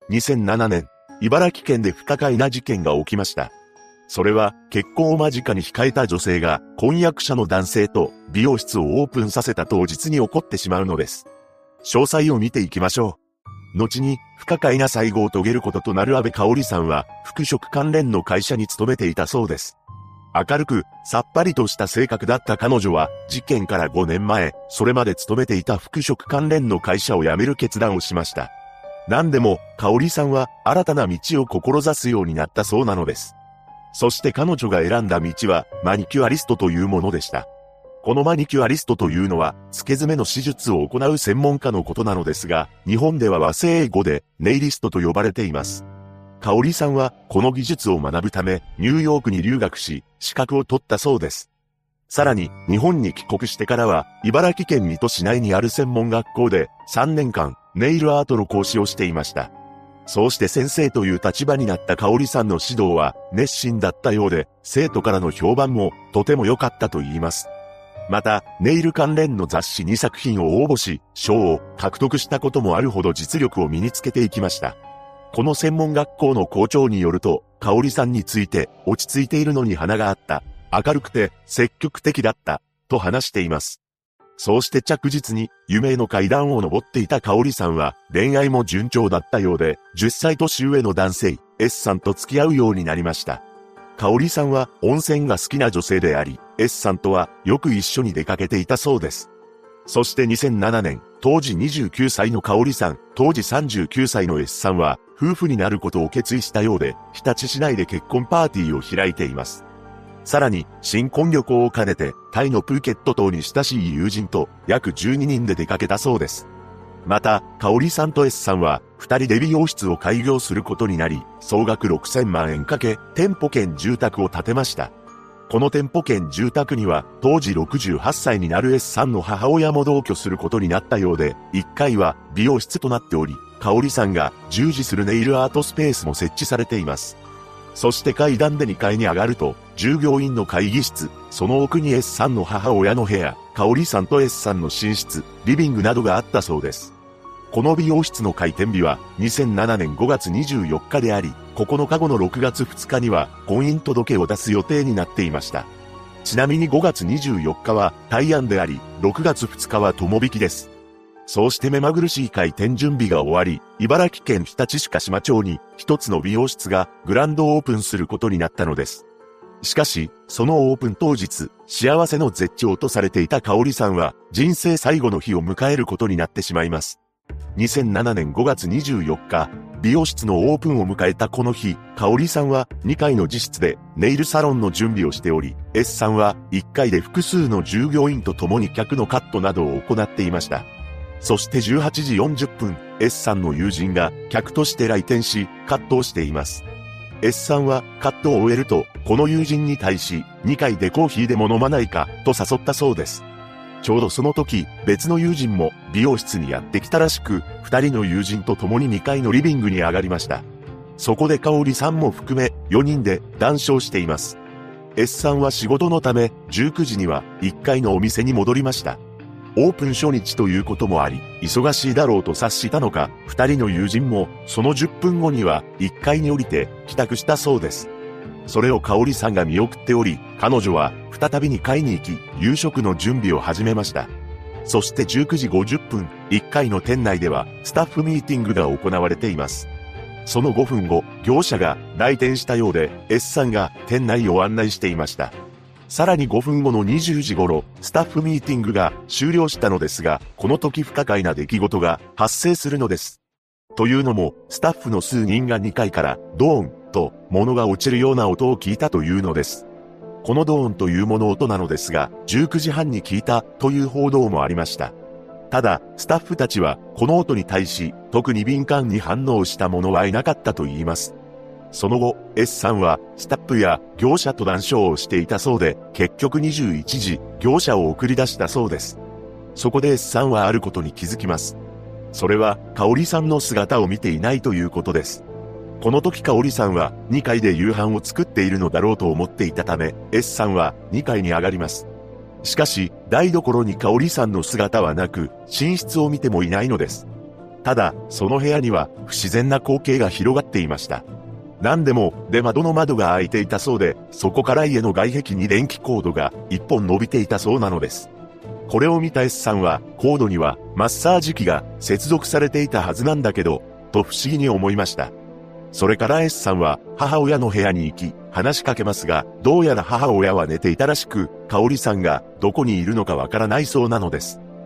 2007年、茨城県で不可解な事件が起きました。それは結婚を間近に控えた女性が婚約者の男性と美容室をオープンさせた当日に起こってしまうのです。詳細を見ていきましょう。後に不可解な最後を遂げることとなる安倍香織さんは服飾関連の会社に勤めていたそうです。明るくさっぱりとした性格だった彼女は事件から5年前、それまで勤めていた服飾関連の会社を辞める決断をしました。何でも香織さんは新たな道を志すようになったそうなのです。そして彼女が選んだ道はマニキュアリストというものでした。このマニキュアリストというのは付け爪の手術を行う専門家のことなのですが、日本では和製英語でネイリストと呼ばれています。香織さんはこの技術を学ぶためニューヨークに留学し資格を取ったそうです。さらに日本に帰国してからは茨城県水戸市内にある専門学校で3年間ネイルアートの講師をしていました。そうして先生という立場になった香織さんの指導は熱心だったようで、生徒からの評判もとても良かったと言います。また、ネイル関連の雑誌2作品を応募し、賞を獲得したこともあるほど実力を身につけていきました。この専門学校の校長によると、香織さんについて落ち着いているのに花があった、明るくて積極的だった、と話しています。そうして着実に夢の階段を登っていた香織さんは恋愛も順調だったようで10歳年上の男性 S さんと付き合うようになりました。香織さんは温泉が好きな女性であり S さんとはよく一緒に出かけていたそうです。そして2007年、当時29歳の香織さん、当時39歳の S さんは夫婦になることを決意したようで日立市内で結婚パーティーを開いています。さらに、新婚旅行を兼ねて、タイのプーケット島に親しい友人と約12人で出かけたそうです。また、香織さんと S さんは、二人で美容室を開業することになり、総額6000万円かけ、店舗兼住宅を建てました。この店舗兼住宅には、当時68歳になる S さんの母親も同居することになったようで、1階は美容室となっており、香織さんが従事するネイルアートスペースも設置されています。そして階段で2階に上がると、従業員の会議室、その奥に S さんの母親の部屋、香織さんと S さんの寝室、リビングなどがあったそうです。この美容室の開店日は2007年5月24日であり、9日後の6月2日には婚姻届を出す予定になっていました。ちなみに5月24日は大安であり、6月2日は友引です。そうして目まぐるしい開店準備が終わり、茨城県日立市鹿島町に一つの美容室がグランドオープンすることになったのです。しかし、そのオープン当日、幸せの絶頂とされていた香織さんは人生最後の日を迎えることになってしまいます。2007年5月24日、美容室のオープンを迎えたこの日、香織さんは2階の自室でネイルサロンの準備をしており、S さんは1階で複数の従業員と共に客のカットなどを行っていました。そして18時40分、S さんの友人が客として来店し、カットをしています。S さんはカットを終えると、この友人に対し、2階でコーヒーでも飲まないか、と誘ったそうです。ちょうどその時、別の友人も美容室にやってきたらしく、2人の友人と共に2階のリビングに上がりました。そこで香織さんも含め、4人で談笑しています。S さんは仕事のため、19時には1階のお店に戻りました。オープン初日ということもあり、忙しいだろうと察したのか、二人の友人もその10分後には1階に降りて帰宅したそうです。それを香織さんが見送っており、彼女は再び2階に行き、夕食の準備を始めました。そして19時50分、1階の店内ではスタッフミーティングが行われています。その5分後、業者が来店したようで、S さんが店内を案内していました。さらに5分後の20時頃、スタッフミーティングが終了したのですが、この時不可解な出来事が発生するのです。というのも、スタッフの数人が2階からドーンと物が落ちるような音を聞いたというのです。このドーンという物音なのですが、19時半に聞いたという報道もありました。ただ、スタッフたちはこの音に対し特に敏感に反応した者はいなかったと言います。その後、S さんはスタッフや業者と談笑をしていたそうで、結局21時、業者を送り出したそうです。そこで S さんはあることに気づきます。それは、香織さんの姿を見ていないということです。この時香織さんは2階で夕飯を作っているのだろうと思っていたため、S さんは2階に上がります。しかし、台所に香織さんの姿はなく、寝室を見てもいないのです。 ただ、その部屋には不自然な光景が広がっていました。何でも出窓の窓が開いていたそうで、そこから家の外壁に電気コードが一本伸びていたそうなのです。これを見た S さんは、コードにはマッサージ機が接続されていたはずなんだけど、と不思議に思いました。それから S さんは母親の部屋に行き、話しかけますが、どうやら母親は寝ていたらしく、香織さんがどこにいるのかわからないそうなのです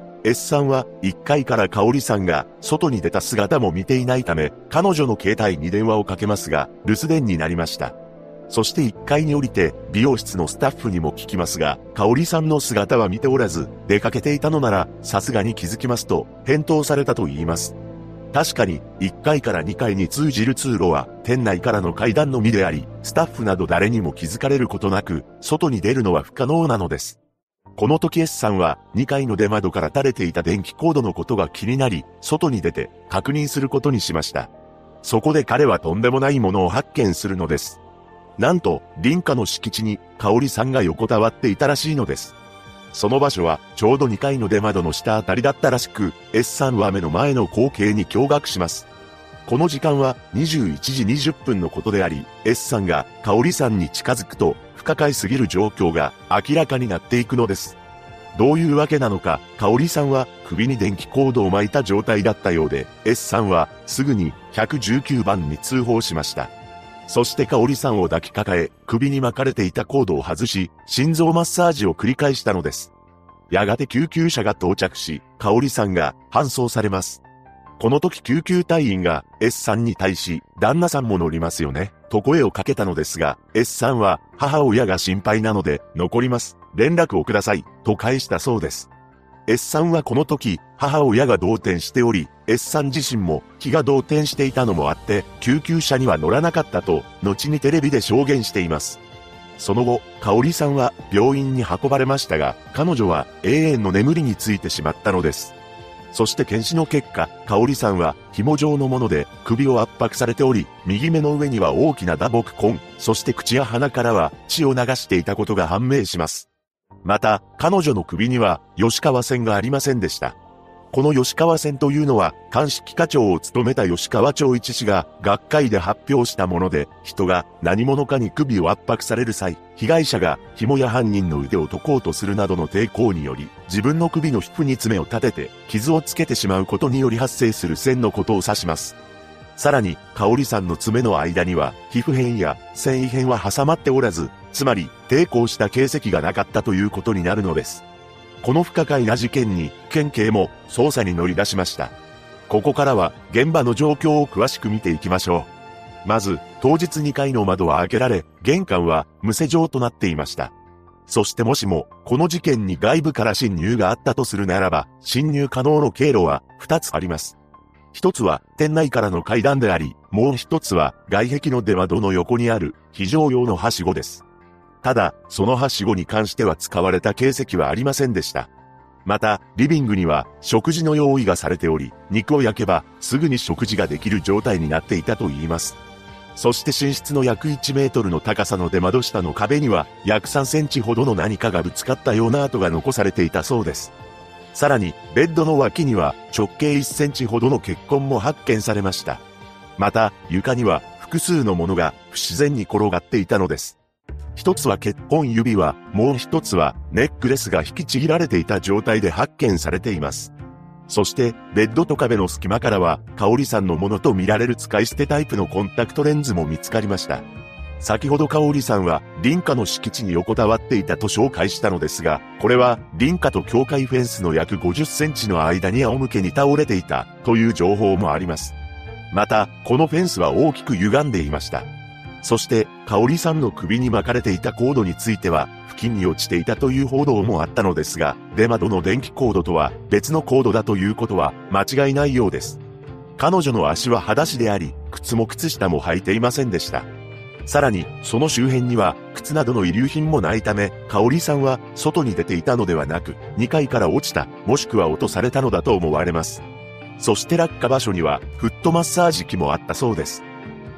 。S さんは1階から香織さんが外に出た姿も見ていないため、彼女の携帯に電話をかけますが、留守電になりました。そして1階に降りて美容室のスタッフにも聞きますが、香織さんの姿は見ておらず、出かけていたのならさすがに気づきますと返答されたと言います。確かに1階から2階に通じる通路は店内からの階段のみであり、スタッフなど誰にも気づかれることなく、外に出るのは不可能なのです。この時 S さんは2階の出窓から垂れていた電気コードのことが気になり、外に出て確認することにしました。そこで彼はとんでもないものを発見するのです。なんと、林家の敷地に香織さんが横たわっていたらしいのです。その場所はちょうど2階の出窓の下あたりだったらしく、S さんは目の前の光景に驚愕します。この時間は21時20分のことであり、S さんが香織さんに近づくと不可解すぎる状況が明らかになっていくのです。どういうわけなのか、香織さんは首に電気コードを巻いた状態だったようで、S さんはすぐに119番に通報しました。そして香織さんを抱きかかえ、首に巻かれていたコードを外し、心臓マッサージを繰り返したのです。やがて救急車が到着し、香織さんが搬送されます。この時救急隊員が S さんに対し、旦那さんも乗りますよね、と声をかけたのですが、S さんは母親が心配なので残ります。連絡をください、と返したそうです。S さんはこの時、母親が動転しており、S さん自身も気が動転していたのもあって、救急車には乗らなかったと、後にテレビで証言しています。その後、香織さんは病院に運ばれましたが、彼女は永遠の眠りについてしまったのです。そして検視の結果、香織さんは紐状のもので首を圧迫されており、右目の上には大きな打撲痕、そして口や鼻からは血を流していたことが判明します。また、彼女の首には吉川線がありませんでした。この吉川線というのは、鑑識課長を務めた吉川長一氏が学会で発表したもので、人が何者かに首を圧迫される際、被害者が紐や犯人の腕を解こうとするなどの抵抗により、自分の首の皮膚に爪を立てて傷をつけてしまうことにより発生する線のことを指します。さらに、香織さんの爪の間には皮膚片や繊維片は挟まっておらず、つまり抵抗した形跡がなかったということになるのです。この不可解な事件に県警も捜査に乗り出しました。ここからは現場の状況を詳しく見ていきましょう。まず、当日2階の窓は開けられ、玄関は無施錠となっていました。そしてもしも、この事件に外部から侵入があったとするならば、侵入可能の経路は2つあります。一つは店内からの階段であり、もう一つは外壁の出窓の横にある非常用のはしごです。ただ、そのはしごに関しては使われた形跡はありませんでした。また、リビングには食事の用意がされており、肉を焼けばすぐに食事ができる状態になっていたといいます。そして寝室の約1メートルの高さの出窓下の壁には約3センチほどの何かがぶつかったような跡が残されていたそうです。さらに、ベッドの脇には直径1センチほどの血痕も発見されました。また、床には複数のものが不自然に転がっていたのです。一つは結婚指輪、もう一つはネックレスが引きちぎられていた状態で発見されています。そして、ベッドと壁の隙間からは、香織さんのものと見られる使い捨てタイプのコンタクトレンズも見つかりました。先ほど香織さんは林家の敷地に横たわっていたと紹介したのですが、これは林家と境界フェンスの約50センチの間に仰向けに倒れていたという情報もあります。また、このフェンスは大きく歪んでいました。そして、香織さんの首に巻かれていたコードについては、付近に落ちていたという報道もあったのですが、出窓の電気コードとは別のコードだということは間違いないようです。彼女の足は裸足であり、靴も靴下も履いていませんでした。さらに、その周辺には靴などの遺留品もないため、香織さんは外に出ていたのではなく、2階から落ちた、もしくは落とされたのだと思われます。そして落下場所にはフットマッサージ機もあったそうです。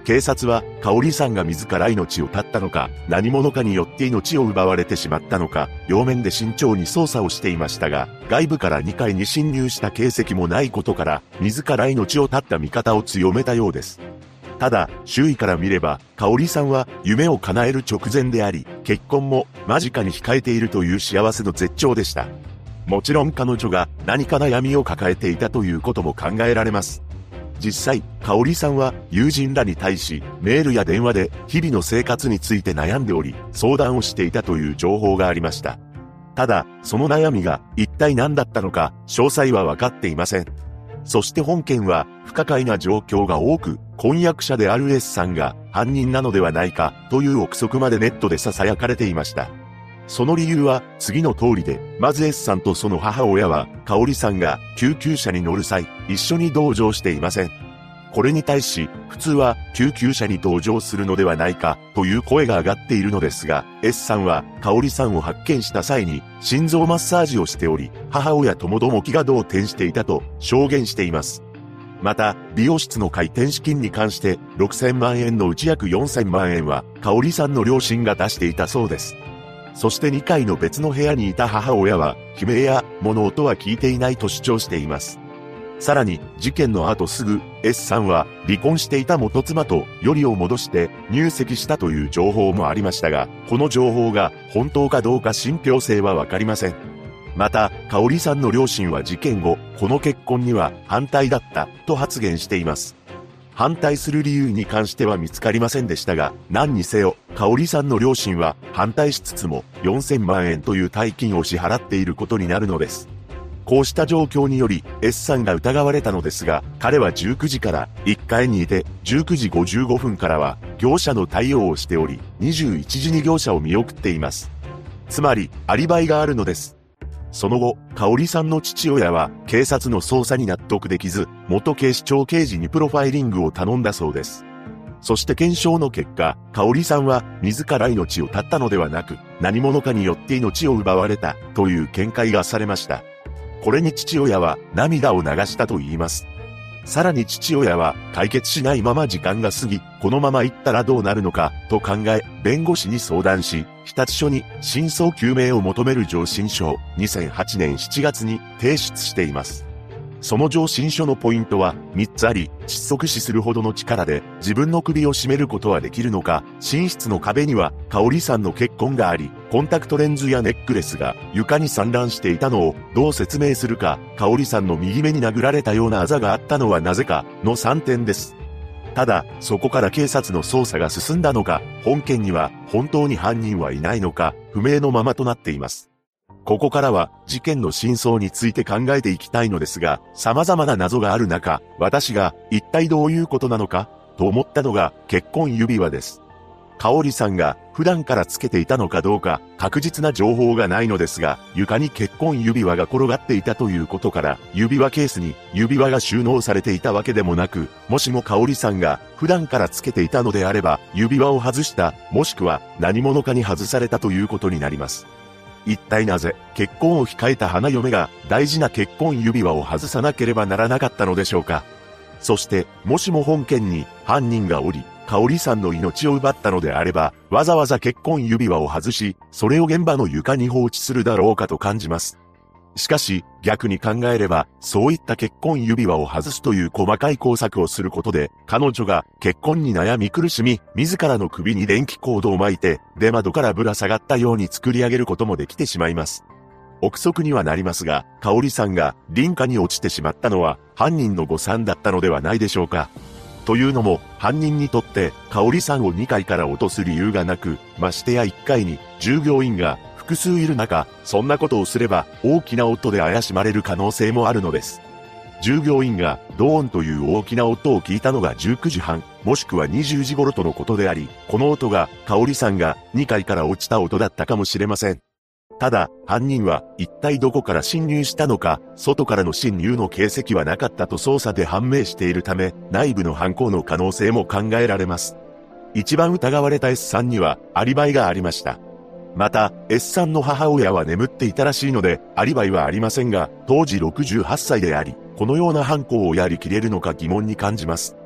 警察は、香織さんが自ら命を絶ったのか、何者かによって命を奪われてしまったのか、両面で慎重に捜査をしていましたが、外部から2階に侵入した形跡もないことから、自ら命を絶った見方を強めたようです。ただ、周囲から見れば、香織さんは夢を叶える直前であり、結婚も間近に控えているという幸せの絶頂でした。もちろん彼女が何か悩みを抱えていたということも考えられます。実際、香織さんは友人らに対し、メールや電話で日々の生活について悩んでおり、相談をしていたという情報がありました。ただ、その悩みが一体何だったのか、詳細は分かっていません。そして本件は不可解な状況が多く、婚約者である S さんが犯人なのではないかという憶測までネットで囁かれていました。その理由は次の通りで、まず S さんとその母親は、香織さんが救急車に乗る際、一緒に同乗していません。これに対し、普通は救急車に同乗するのではないかという声が上がっているのですが、S さんは香織さんを発見した際に心臓マッサージをしており、母親ともども気が動転していたと証言しています。また、美容室の開店資金に関して6000万円のうち約4000万円は香織さんの両親が出していたそうです。そして2階の別の部屋にいた母親は、悲鳴や物音は聞いていないと主張しています。さらに、事件の後すぐ、S さんは離婚していた元妻とよりを戻して入籍したという情報もありましたが、この情報が本当かどうか信憑性はわかりません。また、香織さんの両親は事件後、この結婚には反対だったと発言しています。反対する理由に関しては見つかりませんでしたが、何にせよ、香織さんの両親は反対しつつも4000万円という大金を支払っていることになるのです。こうした状況により S さんが疑われたのですが、彼は19時から1階にいて、19時55分からは業者の対応をしており、21時に業者を見送っています。つまり、アリバイがあるのです。その後、香織さんの父親は警察の捜査に納得できず、元警視庁刑事にプロファイリングを頼んだそうです。そして検証の結果、香織さんは自ら命を絶ったのではなく、何者かによって命を奪われたという見解がされました。これに父親は涙を流したと言います。さらに父親は解決しないまま時間が過ぎ、このまま行ったらどうなるのかと考え、弁護士に相談し、日立署に真相究明を求める上申書を2008年7月に提出しています。その上申書のポイントは3つあり、窒息死するほどの力で自分の首を絞めることはできるのか、寝室の壁には香織さんの血痕があり、コンタクトレンズやネックレスが床に散乱していたのをどう説明するか、香織さんの右目に殴られたようなあざがあったのはなぜかの3点です。ただ、そこから警察の捜査が進んだのか、本件には本当に犯人はいないのか、不明のままとなっています。ここからは事件の真相について考えていきたいのですが、様々な謎がある中、私が一体どういうことなのかと思ったのが結婚指輪です。香織さんが普段からつけていたのかどうか確実な情報がないのですが、床に結婚指輪が転がっていたということから、指輪ケースに指輪が収納されていたわけでもなく、もしも香織さんが普段からつけていたのであれば、指輪を外した、もしくは何者かに外されたということになります。一体なぜ結婚を控えた花嫁が大事な結婚指輪を外さなければならなかったのでしょうか。そしてもしも本件に犯人がおり、香織さんの命を奪ったのであれば、わざわざ結婚指輪を外し、それを現場の床に放置するだろうかと感じます。しかし逆に考えれば、そういった結婚指輪を外すという細かい工作をすることで、彼女が結婚に悩み苦しみ、自らの首に電気コードを巻いて、出窓からぶら下がったように作り上げることもできてしまいます。憶測にはなりますが、香織さんが林家に落ちてしまったのは、犯人の誤算だったのではないでしょうか。というのも、犯人にとって、香織さんを2階から落とす理由がなく、ましてや1階に従業員が複数いる中、そんなことをすれば大きな音で怪しまれる可能性もあるのです。従業員がドーンという大きな音を聞いたのが19時半、もしくは20時頃とのことであり、この音が香織さんが2階から落ちた音だったかもしれません。ただ、犯人は一体どこから侵入したのか、外からの侵入の形跡はなかったと捜査で判明しているため、内部の犯行の可能性も考えられます。一番疑われた S さんにはアリバイがありました。また、S さんの母親は眠っていたらしいので、アリバイはありませんが、当時68歳であり、このような犯行をやりきれるのか疑問に感じます。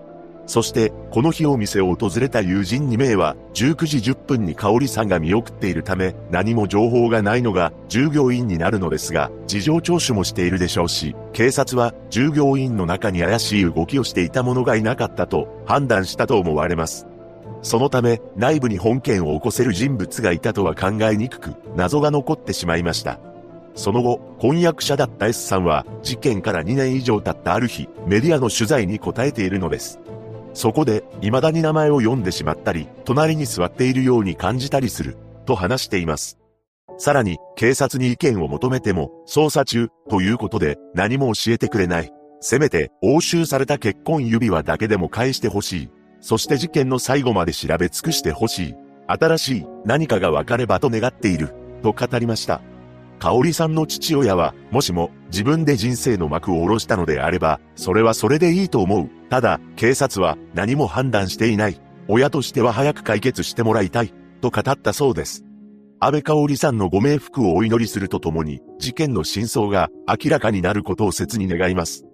そして、この日お店を訪れた友人2名は、19時10分に香織さんが見送っているため、何も情報がないのが従業員になるのですが、事情聴取もしているでしょうし、警察は従業員の中に怪しい動きをしていた者がいなかったと判断したと思われます。そのため、内部に本件を起こせる人物がいたとは考えにくく、謎が残ってしまいました。その後、婚約者だった S さんは、事件から2年以上経ったある日、メディアの取材に答えているのです。そこで、未だに名前を読んでしまったり、隣に座っているように感じたりする、と話しています。さらに、警察に意見を求めても、捜査中、ということで、何も教えてくれない。せめて、押収された結婚指輪だけでも返してほしい。そして事件の最後まで調べ尽くしてほしい。新しい何かが分かればと願っている、と語りました。香織さんの父親は、もしも自分で人生の幕を下ろしたのであれば、それはそれでいいと思う。ただ、警察は何も判断していない。親としては早く解決してもらいたい、と語ったそうです。安倍香織さんのご冥福をお祈りするとともに、事件の真相が明らかになることを切に願います。